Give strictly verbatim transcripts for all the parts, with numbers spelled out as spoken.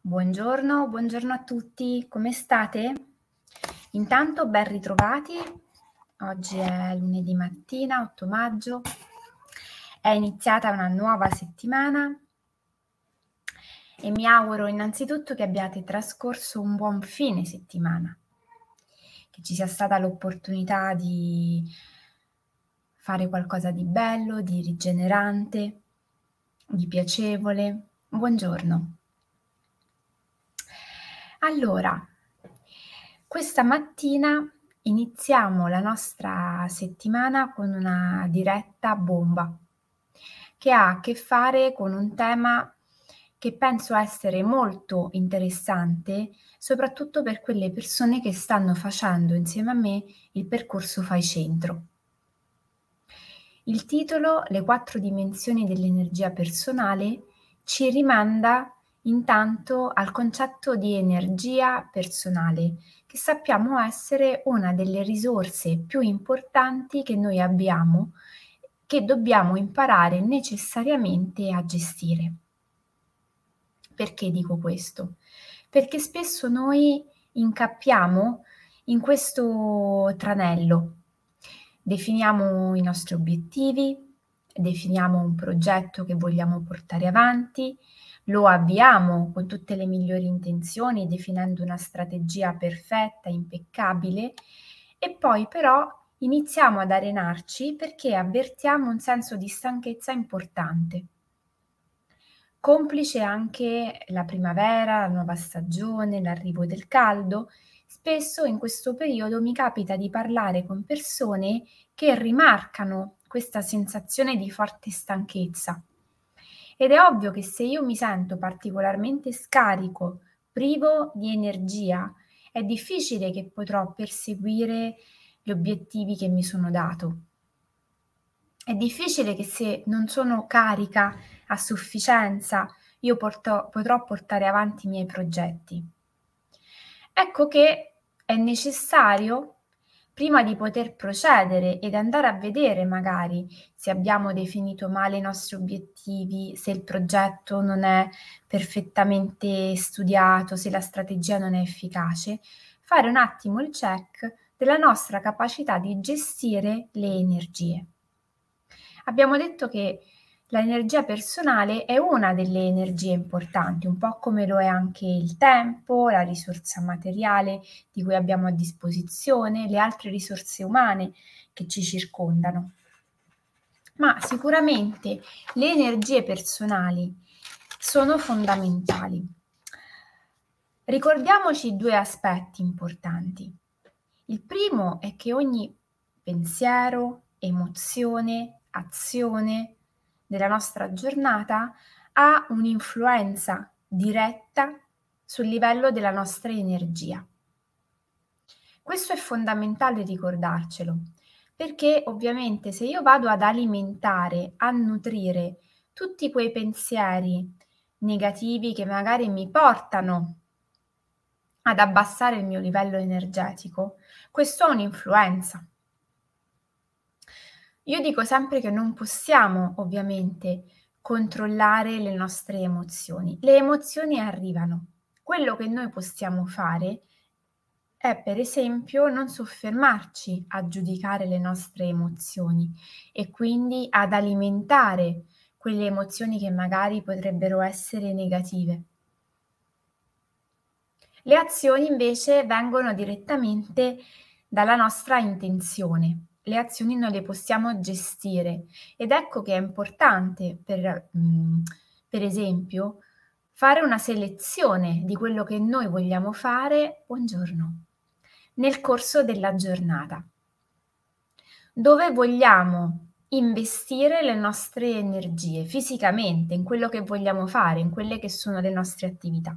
Buongiorno, buongiorno a tutti, come state? Intanto ben ritrovati, oggi è lunedì mattina, otto maggio, è iniziata una nuova settimana e mi auguro innanzitutto che abbiate trascorso un buon fine settimana, che ci sia stata l'opportunità di fare qualcosa di bello, di rigenerante, di piacevole. Buongiorno. Allora, questa mattina iniziamo la nostra settimana con una diretta bomba, che ha a che fare con un tema che penso essere molto interessante, soprattutto per quelle persone che stanno facendo insieme a me il percorso Fai Centro. Il titolo, Le quattro dimensioni dell'energia personale, ci rimanda intanto al concetto di energia personale, che sappiamo essere una delle risorse più importanti che noi abbiamo, che dobbiamo imparare necessariamente a gestire. Perché dico questo? Perché spesso noi incappiamo in questo tranello. Definiamo i nostri obiettivi, definiamo un progetto che vogliamo portare avanti, lo avviamo con tutte le migliori intenzioni, definendo una strategia perfetta, impeccabile, e poi però iniziamo ad arenarci perché avvertiamo un senso di stanchezza importante. Complice anche la primavera, la nuova stagione, l'arrivo del caldo, spesso in questo periodo mi capita di parlare con persone che rimarcano questa sensazione di forte stanchezza. Ed è ovvio che se io mi sento particolarmente scarico, privo di energia, è difficile che potrò perseguire gli obiettivi che mi sono dato. È difficile che se non sono carica a sufficienza io porto potrò portare avanti i miei progetti. Ecco che è necessario, prima di poter procedere ed andare a vedere magari se abbiamo definito male i nostri obiettivi, se il progetto non è perfettamente studiato, se la strategia non è efficace, fare un attimo il check della nostra capacità di gestire le energie. Abbiamo detto che l'energia personale è una delle energie importanti, un po' come lo è anche il tempo, la risorsa materiale di cui abbiamo a disposizione, le altre risorse umane che ci circondano. Ma sicuramente le energie personali sono fondamentali. Ricordiamoci due aspetti importanti. Il primo è che ogni pensiero, emozione, azione della nostra giornata ha un'influenza diretta sul livello della nostra energia. Questo è fondamentale ricordarcelo, perché ovviamente se io vado ad alimentare, a nutrire tutti quei pensieri negativi che magari mi portano ad abbassare il mio livello energetico, questo ha un'influenza. Io dico sempre che non possiamo ovviamente controllare le nostre emozioni. Le emozioni arrivano. Quello che noi possiamo fare è, per esempio, non soffermarci a giudicare le nostre emozioni e quindi ad alimentare quelle emozioni che magari potrebbero essere negative. Le azioni invece vengono direttamente dalla nostra intenzione. Le azioni noi le possiamo gestire ed ecco che è importante per, mhmm, per esempio, fare una selezione di quello che noi vogliamo fare buongiorno, nel corso della giornata. Dove vogliamo investire le nostre energie fisicamente, in quello che vogliamo fare, in quelle che sono le nostre attività.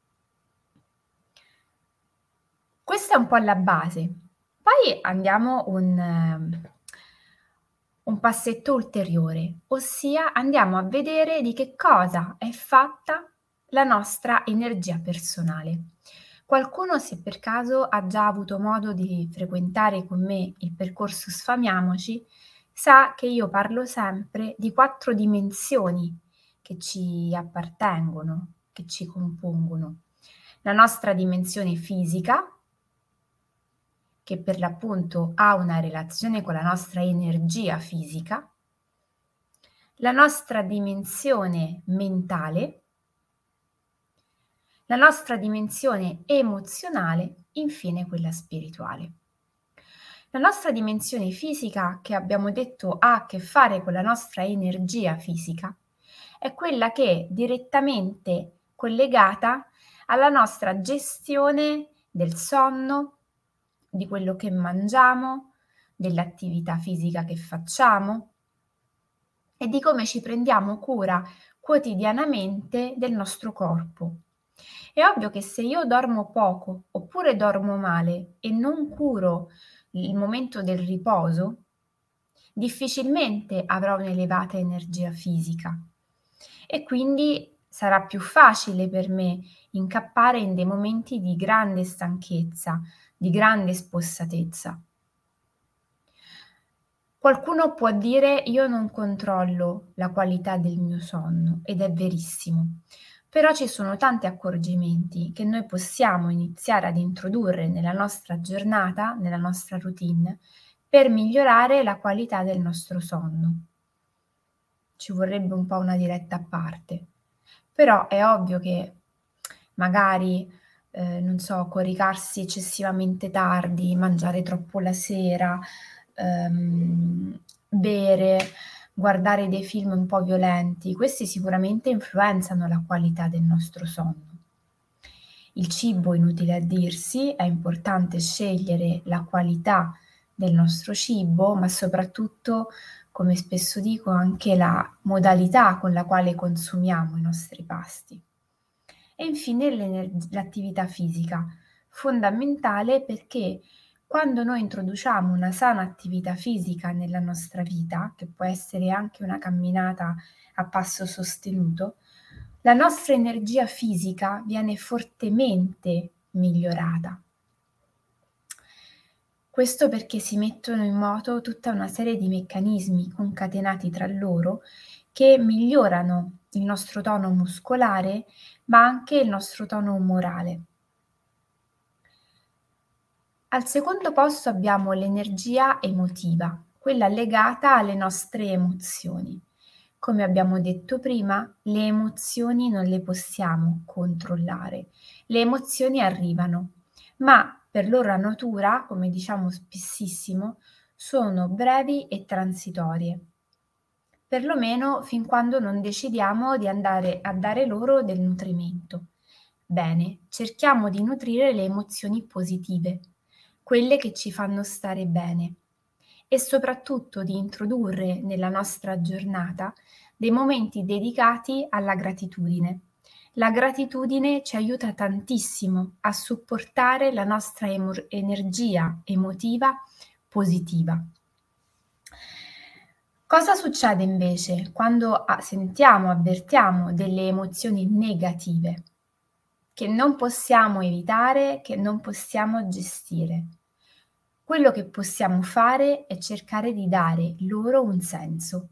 Questa è un po' la base. Poi andiamo un ehm, un passetto ulteriore, ossia andiamo a vedere di che cosa è fatta la nostra energia personale. Qualcuno, se per caso ha già avuto modo di frequentare con me il percorso Sfamiamoci, sa che io parlo sempre di quattro dimensioni che ci appartengono, che ci compongono. La nostra dimensione fisica, che per l'appunto ha una relazione con la nostra energia fisica, la nostra dimensione mentale, la nostra dimensione emozionale, infine quella spirituale. La nostra dimensione fisica, che abbiamo detto ha a che fare con la nostra energia fisica, è quella che è direttamente collegata alla nostra gestione del sonno, di quello che mangiamo, dell'attività fisica che facciamo e di come ci prendiamo cura quotidianamente del nostro corpo. È ovvio che se io dormo poco oppure dormo male e non curo il momento del riposo, difficilmente avrò un'elevata energia fisica e quindi sarà più facile per me incappare in dei momenti di grande stanchezza, di grande spossatezza. Qualcuno può dire: "Io non controllo la qualità del mio sonno", ed è verissimo. Però ci sono tanti accorgimenti che noi possiamo iniziare ad introdurre nella nostra giornata, nella nostra routine, per migliorare la qualità del nostro sonno. Ci vorrebbe un po' una diretta a parte. Però è ovvio che magari, ehm, non so, coricarsi eccessivamente tardi, mangiare troppo la sera, ehm, bere, guardare dei film un po' violenti, questi sicuramente influenzano la qualità del nostro sonno. Il cibo, inutile a dirsi, è importante scegliere la qualità del nostro cibo, ma soprattutto, come spesso dico, anche la modalità con la quale consumiamo i nostri pasti. E infine l'energ l'attività fisica, fondamentale perché quando noi introduciamo una sana attività fisica nella nostra vita, che può essere anche una camminata a passo sostenuto, la nostra energia fisica viene fortemente migliorata. Questo perché si mettono in moto tutta una serie di meccanismi concatenati tra loro che migliorano il nostro tono muscolare, ma anche il nostro tono umorale. Al secondo posto abbiamo l'energia emotiva, quella legata alle nostre emozioni. Come abbiamo detto prima, le emozioni non le possiamo controllare. Le emozioni arrivano, ma per loro natura, come diciamo spessissimo, sono brevi e transitorie. Perlomeno fin quando non decidiamo di andare a dare loro del nutrimento. Bene, cerchiamo di nutrire le emozioni positive, quelle che ci fanno stare bene e soprattutto di introdurre nella nostra giornata dei momenti dedicati alla gratitudine. La gratitudine ci aiuta tantissimo a supportare la nostra emo- energia emotiva positiva. Cosa succede invece quando a sentiamo, avvertiamo delle emozioni negative, che non possiamo evitare, che non possiamo gestire? Quello che possiamo fare è cercare di dare loro un senso.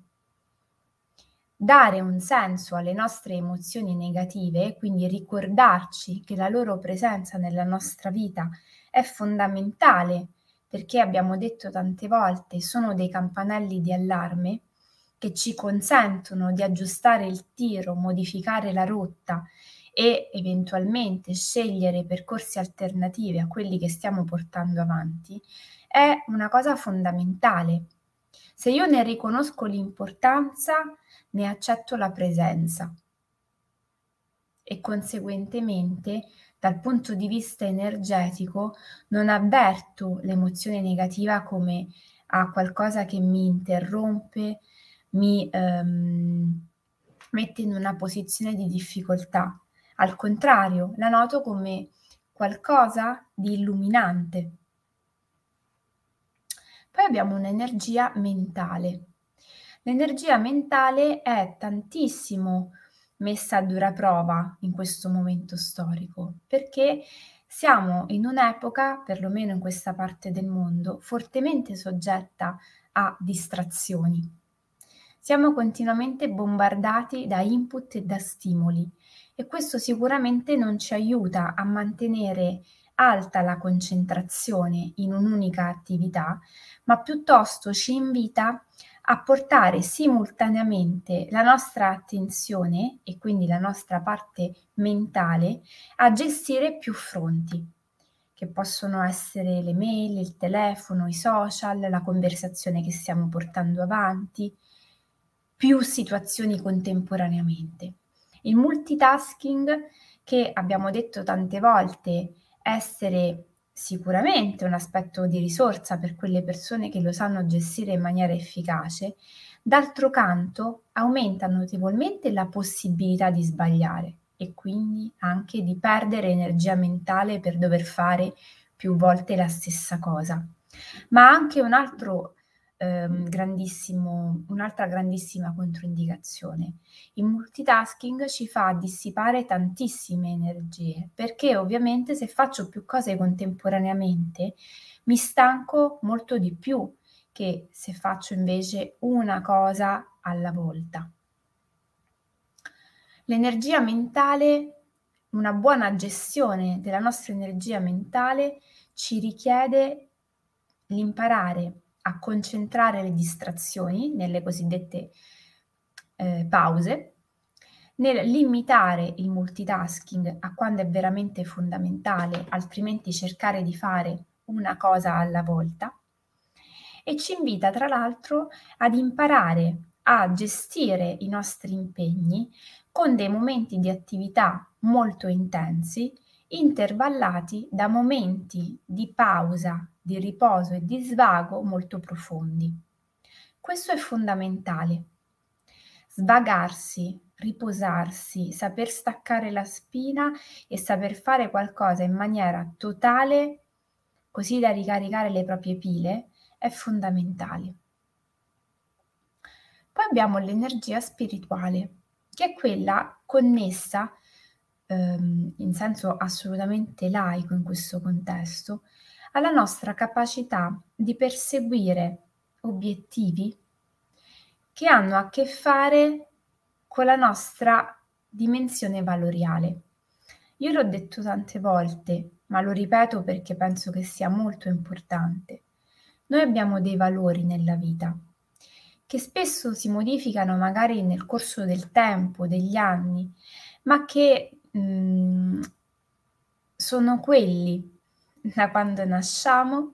Dare un senso alle nostre emozioni negative, quindi ricordarci che la loro presenza nella nostra vita è fondamentale, perché abbiamo detto tante volte, sono dei campanelli di allarme che ci consentono di aggiustare il tiro, modificare la rotta e eventualmente scegliere percorsi alternativi a quelli che stiamo portando avanti, è una cosa fondamentale. Se io ne riconosco l'importanza, ne accetto la presenza e conseguentemente, dal punto di vista energetico, non avverto l'emozione negativa come a qualcosa che mi interrompe, mi ehm, mette in una posizione di difficoltà. Al contrario, la noto come qualcosa di illuminante. Poi abbiamo un'energia mentale. L'energia mentale è tantissimo messa a dura prova in questo momento storico, perché siamo in un'epoca, perlomeno in questa parte del mondo, fortemente soggetta a distrazioni. Siamo continuamente bombardati da input e da stimoli e questo sicuramente non ci aiuta a mantenere alta la concentrazione in un'unica attività, ma piuttosto ci invita a portare simultaneamente la nostra attenzione e quindi la nostra parte mentale a gestire più fronti, che possono essere le mail, il telefono, i social, la conversazione che stiamo portando avanti, più situazioni contemporaneamente. Il multitasking, che abbiamo detto tante volte essere sicuramente un aspetto di risorsa per quelle persone che lo sanno gestire in maniera efficace, d'altro canto aumenta notevolmente la possibilità di sbagliare e quindi anche di perdere energia mentale per dover fare più volte la stessa cosa. Ma anche un altro ehm, grandissimo, un'altra grandissima controindicazione. Il multitasking ci fa dissipare tantissime energie, perché ovviamente se faccio più cose contemporaneamente mi stanco molto di più che se faccio invece una cosa alla volta. L'energia mentale, una buona gestione della nostra energia mentale ci richiede l'imparare a concentrare le distrazioni nelle cosiddette eh, pause, nel limitare il multitasking a quando è veramente fondamentale, altrimenti cercare di fare una cosa alla volta, e ci invita tra l'altro ad imparare a gestire i nostri impegni con dei momenti di attività molto intensi, intervallati da momenti di pausa, di riposo e di svago molto profondi. Questo è fondamentale. Svagarsi, riposarsi, saper staccare la spina e saper fare qualcosa in maniera totale, così da ricaricare le proprie pile, è fondamentale. Poi abbiamo l'energia spirituale, che è quella connessa, ehm, in senso assolutamente laico in questo contesto, alla nostra capacità di perseguire obiettivi che hanno a che fare con la nostra dimensione valoriale. Io l'ho detto tante volte, ma lo ripeto perché penso che sia molto importante. Noi abbiamo dei valori nella vita che spesso si modificano magari nel corso del tempo, degli anni, ma che mh, sono quelli da quando nasciamo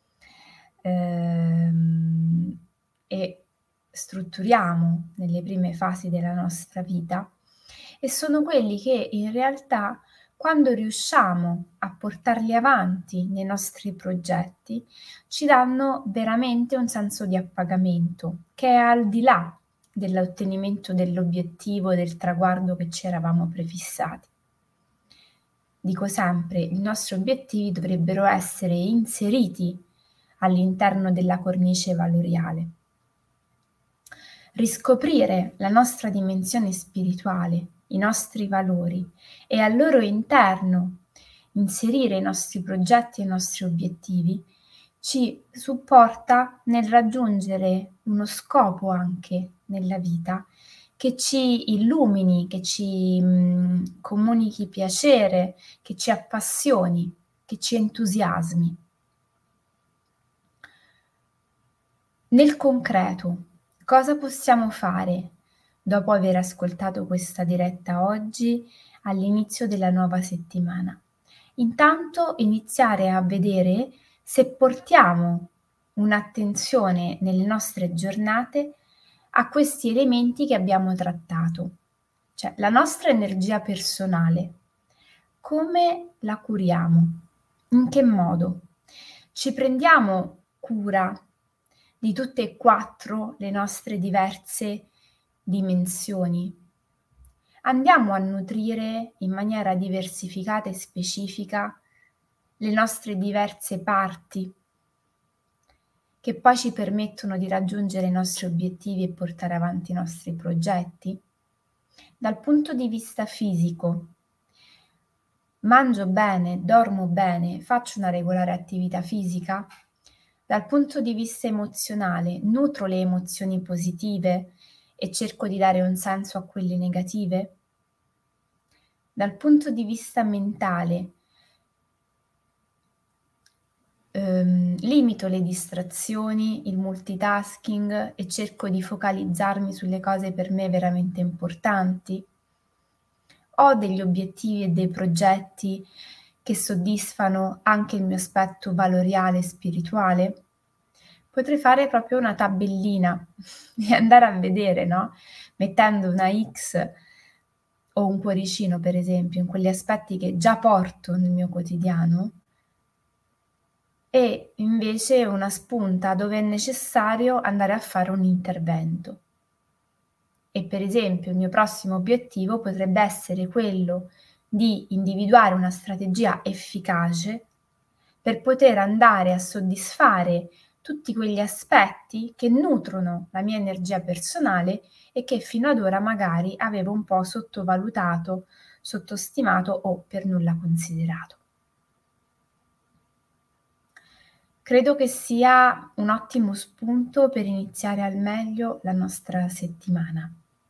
ehm, e strutturiamo nelle prime fasi della nostra vita e sono quelli che in realtà quando riusciamo a portarli avanti nei nostri progetti ci danno veramente un senso di appagamento che è al di là dell'ottenimento dell'obiettivo, del traguardo che ci eravamo prefissati. Dico sempre, i nostri obiettivi dovrebbero essere inseriti all'interno della cornice valoriale. Riscoprire la nostra dimensione spirituale, i nostri valori e al loro interno inserire i nostri progetti e i nostri obiettivi ci supporta nel raggiungere uno scopo anche nella vita che ci illumini, che ci mh, comunichi piacere, che ci appassioni, che ci entusiasmi. Nel concreto, cosa possiamo fare dopo aver ascoltato questa diretta oggi all'inizio della nuova settimana? Intanto iniziare a vedere se portiamo un'attenzione nelle nostre giornate a questi elementi che abbiamo trattato, cioè la nostra energia personale, come la curiamo, in che modo ci prendiamo cura di tutte e quattro le nostre diverse dimensioni. Andiamo a nutrire in maniera diversificata e specifica le nostre diverse parti che poi ci permettono di raggiungere i nostri obiettivi e portare avanti i nostri progetti. Dal punto di vista fisico, mangio bene, dormo bene, faccio una regolare attività fisica? Dal punto di vista emozionale, nutro le emozioni positive e cerco di dare un senso a quelle negative? Dal punto di vista mentale, ehm, limito le distrazioni, il multitasking e cerco di focalizzarmi sulle cose per me veramente importanti? Ho degli obiettivi e dei progetti che soddisfano anche il mio aspetto valoriale e spirituale? Potrei fare proprio una tabellina e andare a vedere, no, mettendo una X o un cuoricino, per esempio, in quegli aspetti che già porto nel mio quotidiano e invece una spunta dove è necessario andare a fare un intervento. E per esempio il mio prossimo obiettivo potrebbe essere quello di individuare una strategia efficace per poter andare a soddisfare tutti quegli aspetti che nutrono la mia energia personale e che fino ad ora magari avevo un po' sottovalutato, sottostimato o per nulla considerato. Credo che sia un ottimo spunto per iniziare al meglio la nostra settimana.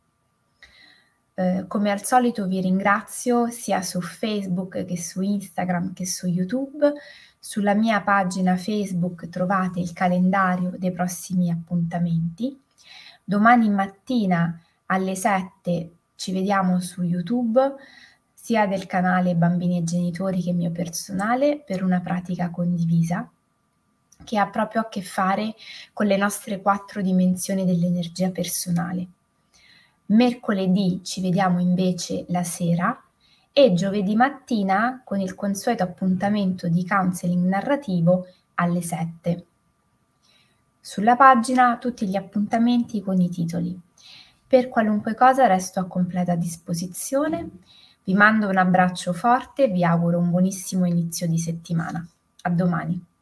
Ehm, come al solito vi ringrazio sia su Facebook che su Instagram che su YouTube. Sulla mia pagina Facebook trovate il calendario dei prossimi appuntamenti. Domani mattina alle sette ci vediamo su YouTube, sia del canale Bambini e Genitori che mio personale, per una pratica condivisa che ha proprio a che fare con le nostre quattro dimensioni dell'energia personale. Mercoledì ci vediamo invece la sera e giovedì mattina con il consueto appuntamento di counseling narrativo alle sette. Sulla pagina tutti gli appuntamenti con i titoli. Per qualunque cosa resto a completa disposizione. Vi mando un abbraccio forte e vi auguro un buonissimo inizio di settimana. A domani.